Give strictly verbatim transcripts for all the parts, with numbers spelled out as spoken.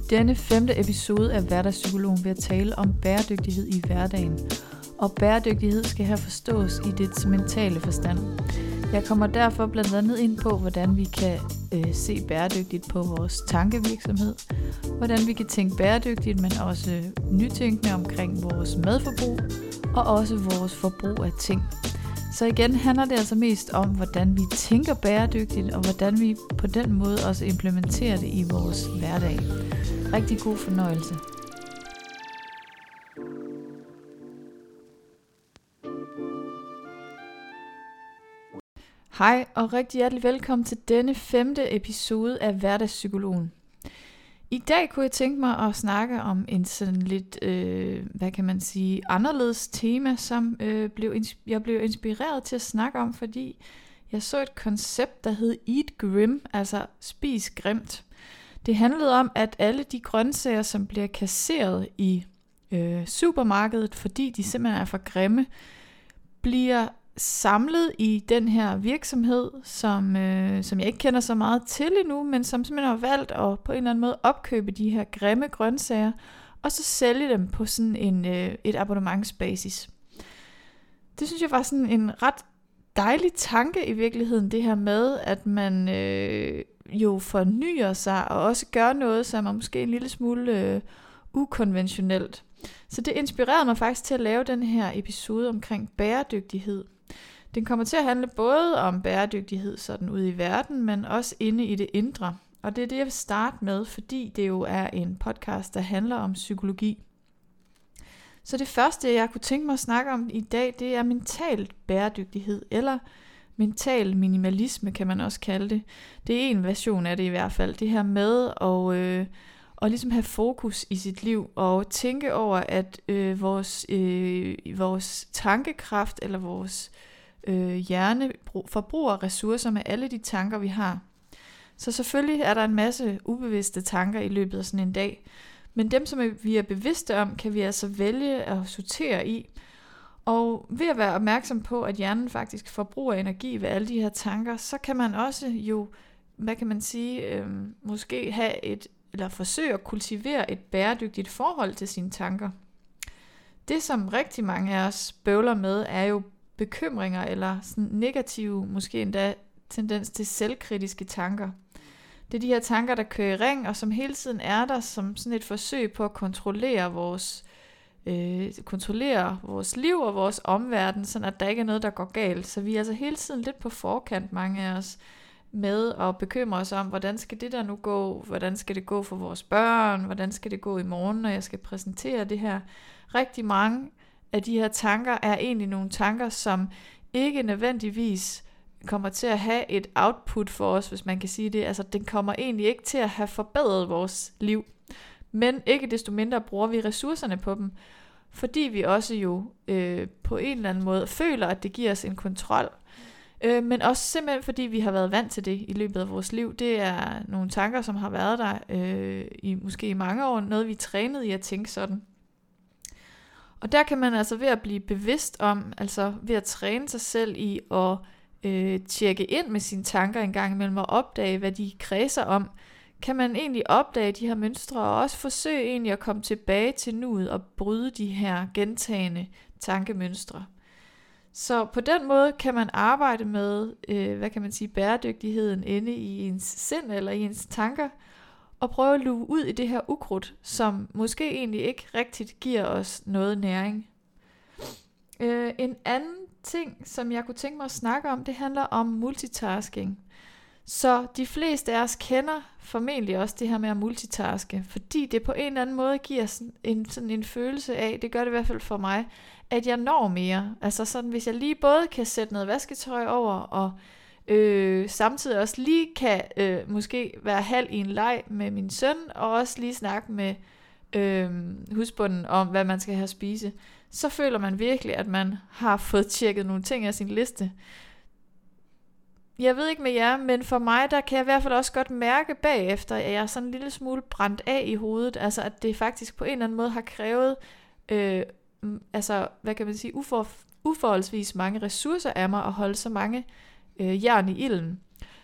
denne femte episode af Hverdagspsykologen vil jeg tale om bæredygtighed i hverdagen. Og bæredygtighed skal her forstås i dets mentale forstand. Jeg kommer derfor blandt andet ind på, hvordan vi kan øh, se bæredygtigt på vores tankevirksomhed, hvordan vi kan tænke bæredygtigt, men også nytænkende omkring vores madforbrug, og også vores forbrug af ting. Så igen handler det altså mest om, hvordan vi tænker bæredygtigt, og hvordan vi på den måde også implementerer det i vores hverdag. Rigtig god fornøjelse. Hej og rigtig hjertelig velkommen til denne femte episode af Hverdagspsykologen. I dag kunne jeg tænke mig at snakke om en sådan lidt, øh, hvad kan man sige, anderledes tema, som øh, blev ins- jeg blev inspireret til at snakke om, fordi jeg så et koncept, der hed Eat Grim, altså spis grimt. Det handlede om, at alle de grøntsager, som bliver kasseret i øh, supermarkedet, fordi de simpelthen er for grimme, bliver samlet i den her virksomhed, som, øh, som jeg ikke kender så meget til endnu, men som simpelthen har valgt at på en eller anden måde opkøbe de her grimme grøntsager, og så sælge dem på sådan en, øh, et abonnementsbasis. Det synes jeg var sådan en ret dejlig tanke i virkeligheden, det her med, at man øh, jo fornyer sig, og også gør noget, som er måske en lille smule øh, ukonventionelt. Så det inspirerede mig faktisk til at lave den her episode omkring bæredygtighed. Den kommer til at handle både om bæredygtighed sådan ude i verden, men også inde i det indre. Og det er det, jeg vil starte med, fordi det jo er en podcast, der handler om psykologi. Så det første, jeg kunne tænke mig at snakke om i dag, det er mental bæredygtighed, eller mental minimalisme, kan man også kalde det. Det er en version af det i hvert fald, det her med at øh, og ligesom have fokus i sit liv, og tænke over, at øh, vores, øh, vores tankekraft, eller vores øh, hjerne forbruger ressourcer med alle de tanker, vi har. Så selvfølgelig er der en masse ubevidste tanker i løbet af sådan en dag, men dem, som vi er bevidste om, kan vi altså vælge at sortere i. Og ved at være opmærksom på, at hjernen faktisk forbruger energi ved alle de her tanker, så kan man også jo, hvad kan man sige, øh, måske have et eller forsøge at kultivere et bæredygtigt forhold til sine tanker. Det, som rigtig mange af os bøvler med, er jo bekymringer eller sådan negative, måske endda tendens til selvkritiske tanker. Det er de her tanker, der kører i ring, og som hele tiden er der som sådan et forsøg på at kontrollere vores, øh, kontrollere vores liv og vores omverden, sådan at der ikke er noget, der går galt. Så vi er altså hele tiden lidt på forkant, mange af os, med at bekymre os om, hvordan skal det der nu gå, hvordan skal det gå for vores børn, hvordan skal det gå i morgen, når jeg skal præsentere det her. Rigtig mange af de her tanker er egentlig nogle tanker, som ikke nødvendigvis kommer til at have et output for os, hvis man kan sige det. Altså, den kommer egentlig ikke til at have forbedret vores liv, men ikke desto mindre bruger vi ressourcerne på dem, fordi vi også jo øh, på en eller anden måde føler, at det giver os en kontrol. Øh, men også simpelthen fordi vi har været vant til det i løbet af vores liv. Det er nogle tanker, som har været der øh, i måske i mange år, noget vi er trænet i at tænke sådan. Og der kan man altså ved at blive bevidst om, altså ved at træne sig selv i at øh, tjekke ind med sine tanker en gang imellem og opdage, hvad de kredser om, kan man egentlig opdage de her mønstre og også forsøge egentlig at komme tilbage til nuet og bryde de her gentagende tankemønstre. Så på den måde kan man arbejde med, øh, hvad kan man sige, bæredygtigheden inde i ens sind eller i ens tanker, og prøve at luge ud i det her ukrudt, som måske egentlig ikke rigtigt giver os noget næring. Øh, en anden ting, som jeg kunne tænke mig at snakke om, det handler om multitasking. Så de fleste af os kender formentlig også det her med at multitaske, fordi det på en eller anden måde giver sådan en, sådan en følelse af, det gør det i hvert fald for mig, at jeg når mere. Altså sådan, hvis jeg lige både kan sætte noget vasketøj over, og øh, samtidig også lige kan øh, måske være halv i en leg med min søn, og også lige snakke med øh, husbunden om, hvad man skal have at spise, så føler man virkelig, at man har fået tjekket nogle ting af sin liste. Jeg ved ikke med jer, men for mig, der kan jeg i hvert fald også godt mærke bagefter, at jeg er sådan en lille smule brændt af i hovedet. Altså, at det faktisk på en eller anden måde har krævet, øh, altså, hvad kan man sige, ufor, uforholdsvis mange ressourcer af mig at holde så mange øh, jern i ilden.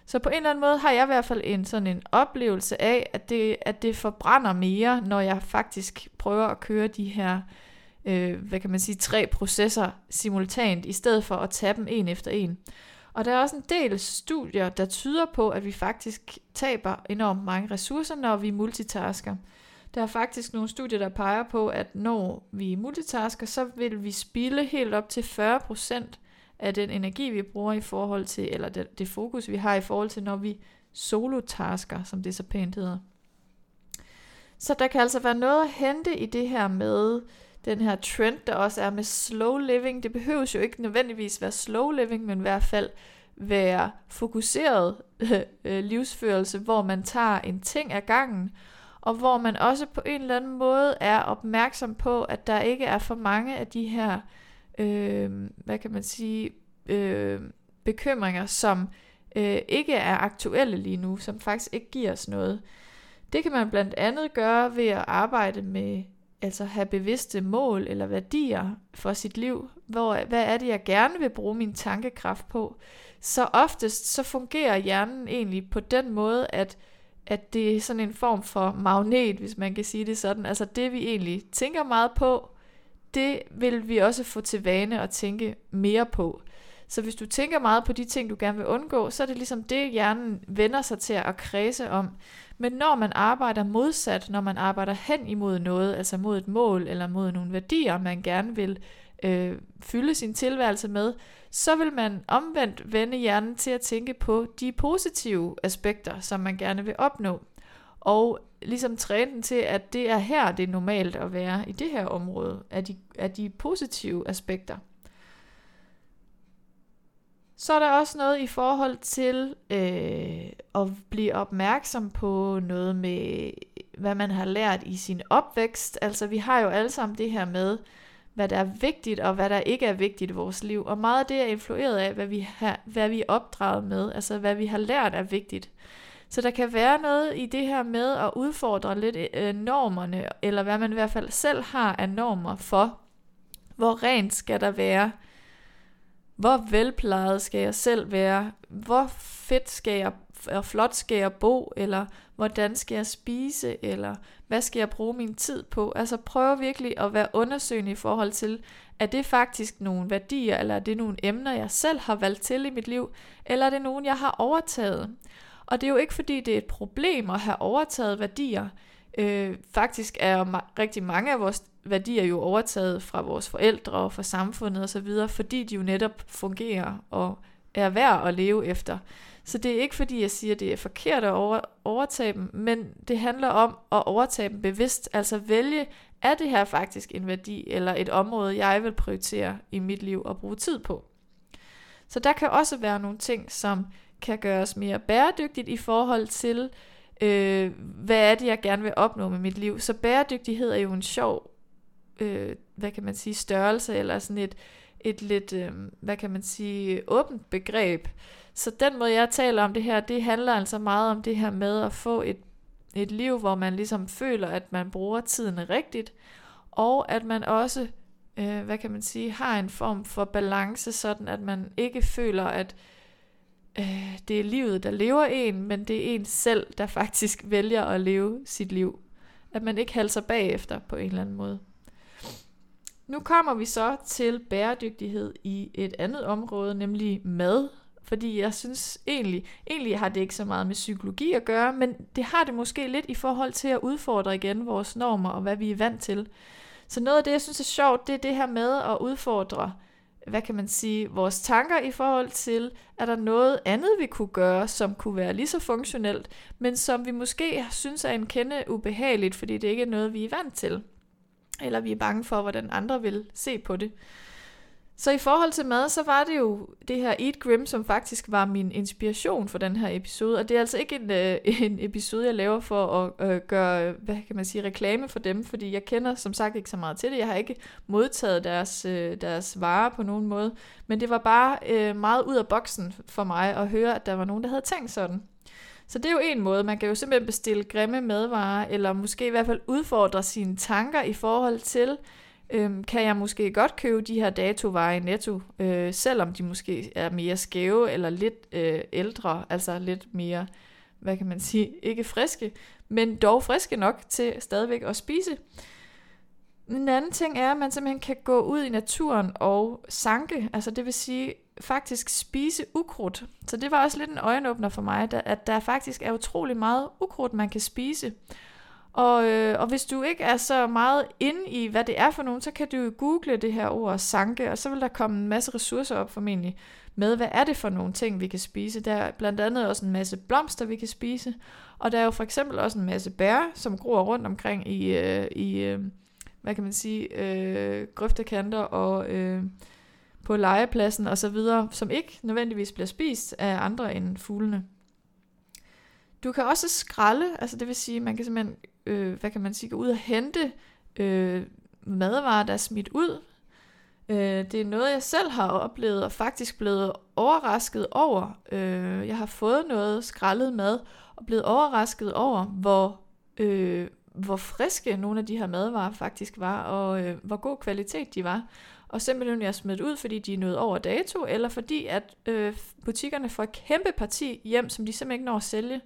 Så på en eller anden måde har jeg i hvert fald en sådan en oplevelse af, at det, at det forbrænder mere, når jeg faktisk prøver at køre de her, øh, hvad kan man sige, tre processer simultant, i stedet for at tage dem en efter en. Og der er også en del studier, der tyder på, at vi faktisk taber enormt mange ressourcer, når vi multitasker. Der er faktisk nogle studier, der peger på, at når vi multitasker, så vil vi spilde helt op til fyrre procent af den energi, vi bruger i forhold til, eller det, det fokus, vi har i forhold til, når vi solotasker, som det så pænt hedder. Så der kan altså være noget at hente i det her med den her trend, der også er med slow living. Det behøves jo ikke nødvendigvis være slow living, men i hvert fald være fokuseret øh, livsførelse, hvor man tager en ting ad gangen, og hvor man også på en eller anden måde er opmærksom på, at der ikke er for mange af de her, øh, hvad kan man sige, øh, bekymringer, som øh, ikke er aktuelle lige nu, som faktisk ikke giver os noget. Det kan man blandt andet gøre ved at arbejde med, altså have bevidste mål eller værdier for sit liv. Hvor, hvad er det, jeg gerne vil bruge min tankekraft på? Så oftest så fungerer hjernen egentlig på den måde, at at det er sådan en form for magnet, hvis man kan sige det sådan. Altså det, vi egentlig tænker meget på, det vil vi også få til vane at tænke mere på. Så hvis du tænker meget på de ting, du gerne vil undgå, så er det ligesom det, hjernen vender sig til at kredse om. Men når man arbejder modsat, når man arbejder hen imod noget, altså mod et mål eller mod nogle værdier, man gerne vil øh, fylde sin tilværelse med, så vil man omvendt vende hjernen til at tænke på de positive aspekter, som man gerne vil opnå. Og ligesom træne den til, at det er her, det er normalt at være i det her område, af de, af de positive aspekter. Så er der også noget i forhold til øh, at blive opmærksom på noget med, hvad man har lært i sin opvækst. Altså vi har jo alle sammen det her med, hvad der er vigtigt og hvad der ikke er vigtigt i vores liv. Og meget af det er influeret af, hvad vi, har, hvad vi er opdraget med, altså hvad vi har lært er vigtigt. Så der kan være noget i det her med at udfordre lidt øh, normerne, eller hvad man i hvert fald selv har af normer for, hvor rent skal der være, hvor velplejet skal jeg selv være, hvor fedt skal jeg og flot skal jeg bo, eller hvordan skal jeg spise, eller hvad skal jeg bruge min tid på. Altså prøv virkelig at være undersøgende i forhold til, er det faktisk nogle værdier, eller er det nogle emner, jeg selv har valgt til i mit liv, eller er det nogen, jeg har overtaget. Og det er jo ikke fordi, det er et problem at have overtaget værdier. Øh, faktisk er ma- rigtig mange af vores værdier jo overtaget fra vores forældre og fra samfundet osv., fordi de jo netop fungerer og er værd at leve efter. Så det er ikke fordi, jeg siger, at det er forkert at over, overtage dem, men det handler om at overtage dem bevidst, altså vælge, er det her faktisk en værdi eller et område, jeg vil prioritere i mit liv og bruge tid på. Så der kan også være nogle ting, som kan gøres mere bæredygtigt i forhold til, øh, hvad er det, jeg gerne vil opnå med mit liv. Så bæredygtighed er jo en sjov, øh, hvad kan man sige, størrelse, eller sådan et, et lidt, øh, hvad kan man sige, åbent begreb. Så den måde, jeg taler om det her, det handler altså meget om det her med at få et, et liv, hvor man ligesom føler, at man bruger tiden rigtigt, og at man også, øh, hvad kan man sige, har en form for balance, sådan at man ikke føler, at øh, det er livet, der lever en, men det er en selv, der faktisk vælger at leve sit liv. At man ikke halser bagefter på en eller anden måde. Nu kommer vi så til bæredygtighed i et andet område, nemlig mad. Fordi jeg synes egentlig, egentlig har det ikke så meget med psykologi at gøre, men det har det måske lidt i forhold til at udfordre igen vores normer og hvad vi er vant til. Så noget af det, jeg synes er sjovt, det er det her med at udfordre, hvad kan man sige, vores tanker i forhold til, er der noget andet, vi kunne gøre, som kunne være lige så funktionelt, men som vi måske synes er en kende ubehageligt, fordi det ikke er noget, vi er vant til. Eller vi er bange for, hvordan andre vil se på det. Så i forhold til mad, så var det jo det her Eat Grim, som faktisk var min inspiration for den her episode. Og det er altså ikke en, øh, en episode, jeg laver for at øh, gøre, hvad kan man sige, reklame for dem, fordi jeg kender som sagt ikke så meget til det. Jeg har ikke modtaget deres, øh, deres varer på nogen måde. Men det var bare øh, meget ud af boksen for mig at høre, at der var nogen, der havde tænkt sådan. Så det er jo en måde, man kan jo simpelthen bestille grimme madvarer, eller måske i hvert fald udfordre sine tanker i forhold til, øhm, kan jeg måske godt købe de her datovarer i Netto, øh, selvom de måske er mere skæve eller lidt øh, ældre, altså lidt mere, hvad kan man sige, ikke friske, men dog friske nok til stadigvæk at spise. En anden ting er, at man simpelthen kan gå ud i naturen og sanke, altså det vil sige faktisk spise ukrudt. Så det var også lidt en øjenåbner for mig, at der faktisk er utrolig meget ukrudt, man kan spise. Og, øh, og hvis du ikke er så meget inde i, hvad det er for nogen, så kan du jo google det her ord sanke, og så vil der komme en masse ressourcer op formentlig med, hvad er det for nogle ting, vi kan spise. Der er blandt andet også en masse blomster, vi kan spise, og der er jo for eksempel også en masse bær, som gror rundt omkring i, øh, i øh, hvad kan man sige, øh, grøftekanter og øh, på legepladsen og så videre, som ikke nødvendigvis bliver spist af andre end fuglene. Du kan også skralde, altså det vil sige, man kan simpelthen, øh, hvad kan man sige, gå ud og hente øh, madvarer, der er smidt ud. Øh, det er noget, jeg selv har oplevet og faktisk blevet overrasket over. Øh, jeg har fået noget skrællet mad og blevet overrasket over, hvor, øh, hvor friske nogle af de her madvarer faktisk var, og øh, hvor god kvalitet de var. Og simpelthen jeg smidt ud, fordi de er nået over dato, eller fordi at øh, butikkerne får et kæmpe parti hjem, som de simpelthen ikke når at sælge.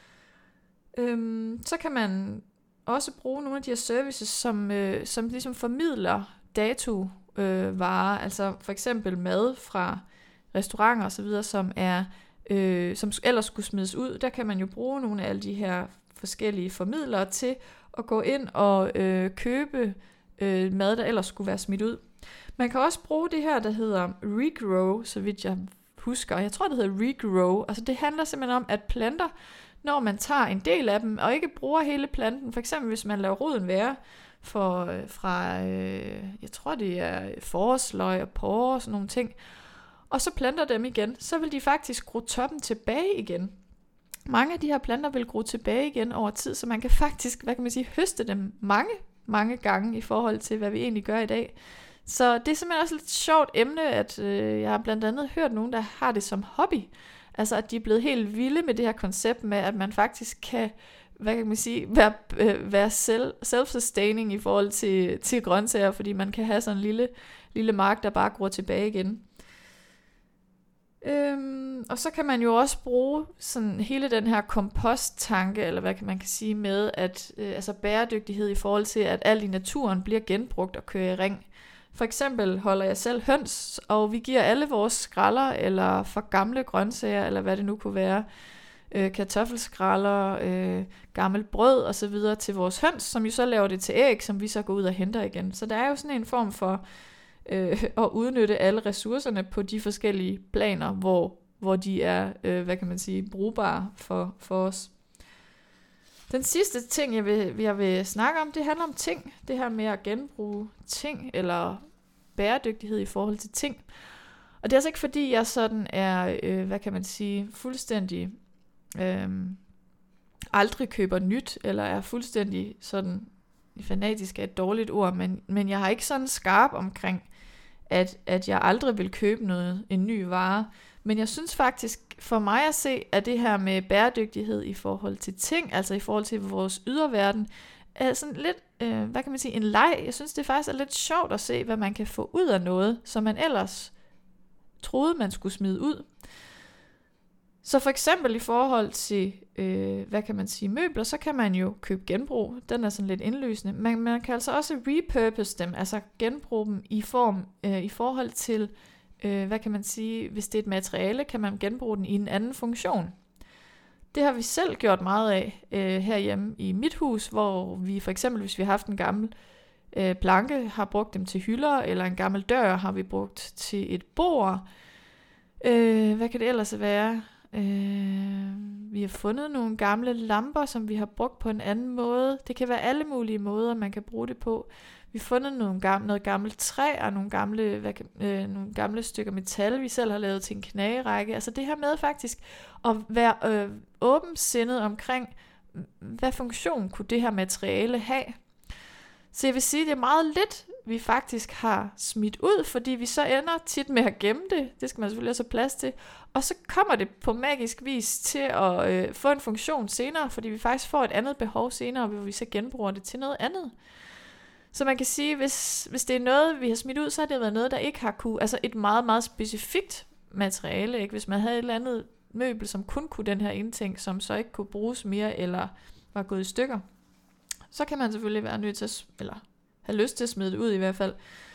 Øhm, så kan man også bruge nogle af de her services, som, øh, som ligesom formidler datovarer, øh, altså for eksempel mad fra restauranter og så videre, som er øh, som ellers skulle smides ud. Der kan man jo bruge nogle af alle de her forskellige formidlere til at gå ind og øh, købe øh, mad, der ellers skulle være smidt ud. Man kan også bruge det her, der hedder regrow, så vidt jeg husker. Jeg tror, det hedder regrow. Altså det handler simpelthen om, at planter, når man tager en del af dem, og ikke bruger hele planten, for eksempel hvis man laver roden være for, fra, øh, jeg tror det er forårsløg og porre og sådan nogle ting, og så planter dem igen, så vil de faktisk gro toppen tilbage igen. Mange af de her planter vil gro tilbage igen over tid, så man kan faktisk, hvad kan man sige, høste dem mange, mange gange i forhold til, hvad vi egentlig gør i dag. Så det er simpelthen også et lidt sjovt emne, at øh, jeg har blandt andet hørt nogen, der har det som hobby. Altså at de er blevet helt vilde med det her koncept med, at man faktisk kan, hvad kan man sige, være, øh, være selv, self-sustaining i forhold til, til grøntsager, fordi man kan have sådan en lille, lille mark, der bare gror tilbage igen. Øhm, og så kan man jo også bruge sådan hele den her komposttanke, eller hvad kan man kan sige med, at øh, altså bæredygtighed i forhold til, at alt i naturen bliver genbrugt og kører i ring. For eksempel holder jeg selv høns, og vi giver alle vores skralder, eller for gamle grøntsager, eller hvad det nu kunne være, øh, kartoffelskralder, øh, gammelt brød og så videre til vores høns, som jo så laver det til æg, som vi så går ud og henter igen. Så der er jo sådan en form for øh, at udnytte alle ressourcerne på de forskellige planer, hvor, hvor de er, øh, hvad kan man sige, brugbare for, for os. Den sidste ting, jeg vil, jeg vil snakke om, det handler om ting. Det her med at genbruge ting, eller bæredygtighed i forhold til ting. Og det er altså ikke fordi, jeg sådan er, øh, hvad kan man sige, fuldstændig øh, aldrig køber nyt, eller er fuldstændig sådan, fanatisk er et dårligt ord, men, men jeg har ikke sådan skarp omkring, at, at jeg aldrig vil købe noget, en ny vare. Men jeg synes faktisk, for mig at se, at det her med bæredygtighed i forhold til ting, altså i forhold til vores yderverden, er sådan lidt, øh, hvad kan man sige, en leg. Jeg synes, det faktisk er lidt sjovt at se, hvad man kan få ud af noget, som man ellers troede, man skulle smide ud. Så for eksempel i forhold til, øh, hvad kan man sige, møbler, så kan man jo købe genbrug. Den er sådan lidt indlysende. Men man kan altså også repurpose dem, altså genbruge dem i form, øh, i forhold til, øh, hvad kan man sige, hvis det er et materiale, kan man genbruge den i en anden funktion. Det har vi selv gjort meget af øh, herhjemme i mit hus, hvor vi for eksempel, hvis vi har haft en gammel øh, planke, har brugt dem til hylder, eller en gammel dør har vi brugt til et bord. Øh, hvad kan det ellers være? Øh, vi har fundet nogle gamle lamper, som vi har brugt på en anden måde. Det kan være alle mulige måder, man kan bruge det på. Vi har fundet nogle gamle, noget gammelt træ og nogle gamle, hvad kan, øh, nogle gamle stykker metal, vi selv har lavet til en knagerække. Altså det her med faktisk at være øh, åbensindet omkring, hvad funktion kunne det her materiale have. Så jeg vil sige, at det er meget lidt, vi faktisk har smidt ud, fordi vi så ender tit med at gemme det. Det skal man selvfølgelig også have plads til. Og så kommer det på magisk vis til at øh, få en funktion senere, fordi vi faktisk får et andet behov senere, hvor vi så genbruger det til noget andet. Så man kan sige, hvis, hvis det er noget, vi har smidt ud, så har det været noget, der ikke har kunne, altså et meget, meget specifikt materiale, ikke? Hvis man havde et eller andet møbel, som kun kunne den her ene ting, som så ikke kunne bruges mere, eller var gået i stykker, så kan man selvfølgelig være nødt til at, eller have lyst til at smide det ud i hvert fald.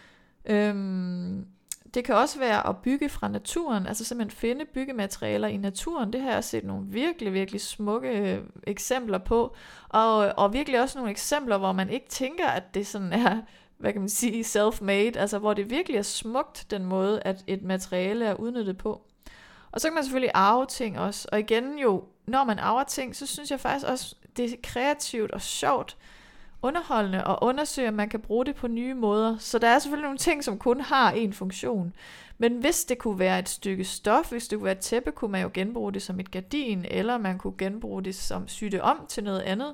Øhm, det kan også være at bygge fra naturen, altså simpelthen finde byggematerialer i naturen. Det har jeg set nogle virkelig, virkelig smukke eksempler på, og, og virkelig også nogle eksempler, hvor man ikke tænker, at det sådan er, hvad kan man sige, self-made, altså hvor det virkelig er smukt, den måde, at et materiale er udnyttet på. Og så kan man selvfølgelig arve ting også, og igen jo, når man arver ting, så synes jeg faktisk også, det er kreativt og sjovt, underholdende og undersøge, om man kan bruge det på nye måder. Så der er selvfølgelig nogle ting, som kun har en funktion. Men hvis det kunne være et stykke stof, hvis det kunne være et tæppe, kunne man jo genbruge det som et gardin, eller man kunne genbruge det som sy det om til noget andet.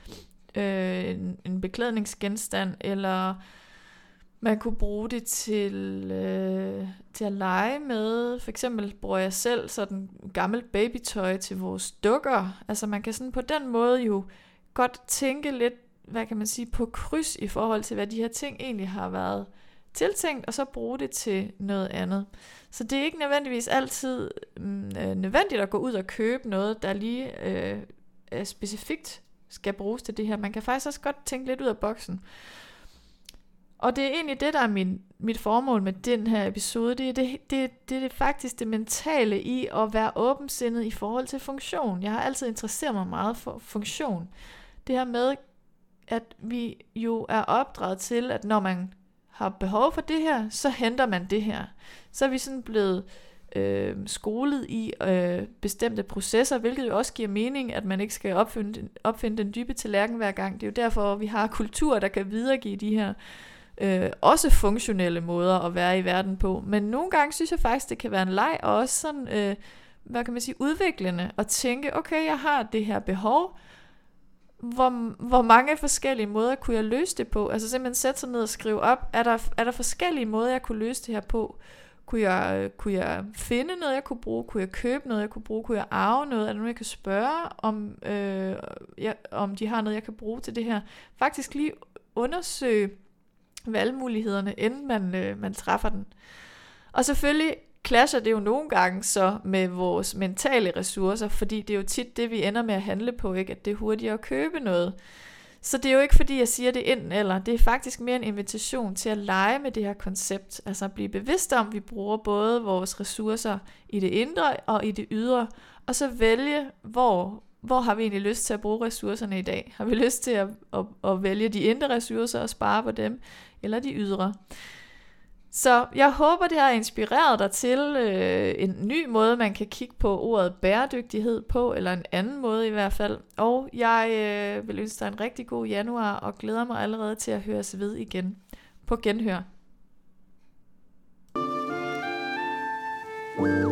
Øh, en, en beklædningsgenstand, eller man kunne bruge det til, øh, til at lege med. For eksempel bruger jeg selv sådan gammelt babytøj til vores dukker. Altså man kan sådan på den måde jo godt tænke lidt, hvad kan man sige, på kryds i forhold til, hvad de her ting egentlig har været tiltænkt, og så bruge det til noget andet. Så det er ikke nødvendigvis altid mm, nødvendigt at gå ud og købe noget, der lige øh, specifikt skal bruges til det her. Man kan faktisk også godt tænke lidt ud af boksen. Og det er egentlig det, der er min, mit formål med den her episode. Det er, det, det, det er faktisk det mentale i at være åbensindet i forhold til funktion. Jeg har altid interesseret mig meget for funktion. Det her med, at vi jo er opdraget til, at når man har behov for det her, så henter man det her. Så er vi sådan blevet øh, skolet i øh, bestemte processer, hvilket jo også giver mening, at man ikke skal opfinde, opfinde den dybe tallerken hver gang. Det er jo derfor, vi har kultur, der kan videregive de her øh, også funktionelle måder at være i verden på. Men nogle gange synes jeg faktisk, det kan være en leg, og også sådan, øh, hvad kan man sige, udviklende, at tænke, okay, jeg har det her behov, Hvor, hvor mange forskellige måder kunne jeg løse det på? Altså simpelthen sætte sig ned og skrive op, er der, er der forskellige måder, jeg kunne løse det her på? Kunne jeg, kunne jeg finde noget, jeg kunne bruge? Kunne jeg købe noget, jeg kunne bruge? Kunne jeg arve noget? Er der nogen, jeg kan spørge, om, øh, jeg, om de har noget, jeg kan bruge til det her? Faktisk lige undersøge valgmulighederne, inden man, øh, man træffer den. Og selvfølgelig clasher det jo nogle gange så med vores mentale ressourcer, fordi det er jo tit det, vi ender med at handle på, ikke? At det er hurtigere at købe noget. Så det er jo ikke fordi, jeg siger det enten eller. Det er faktisk mere en invitation til at lege med det her koncept. Altså at blive bevidst om, at vi bruger både vores ressourcer i det indre og i det ydre. Og så vælge, hvor, hvor har vi egentlig lyst til at bruge ressourcerne i dag. Har vi lyst til at, at, at vælge de indre ressourcer og spare på dem, eller de ydre. Så jeg håber, det har inspireret dig til øh, en ny måde, man kan kigge på ordet bæredygtighed på, eller en anden måde i hvert fald. Og jeg øh, vil ønske dig en rigtig god januar, og glæder mig allerede til at høres ved igen. På genhør.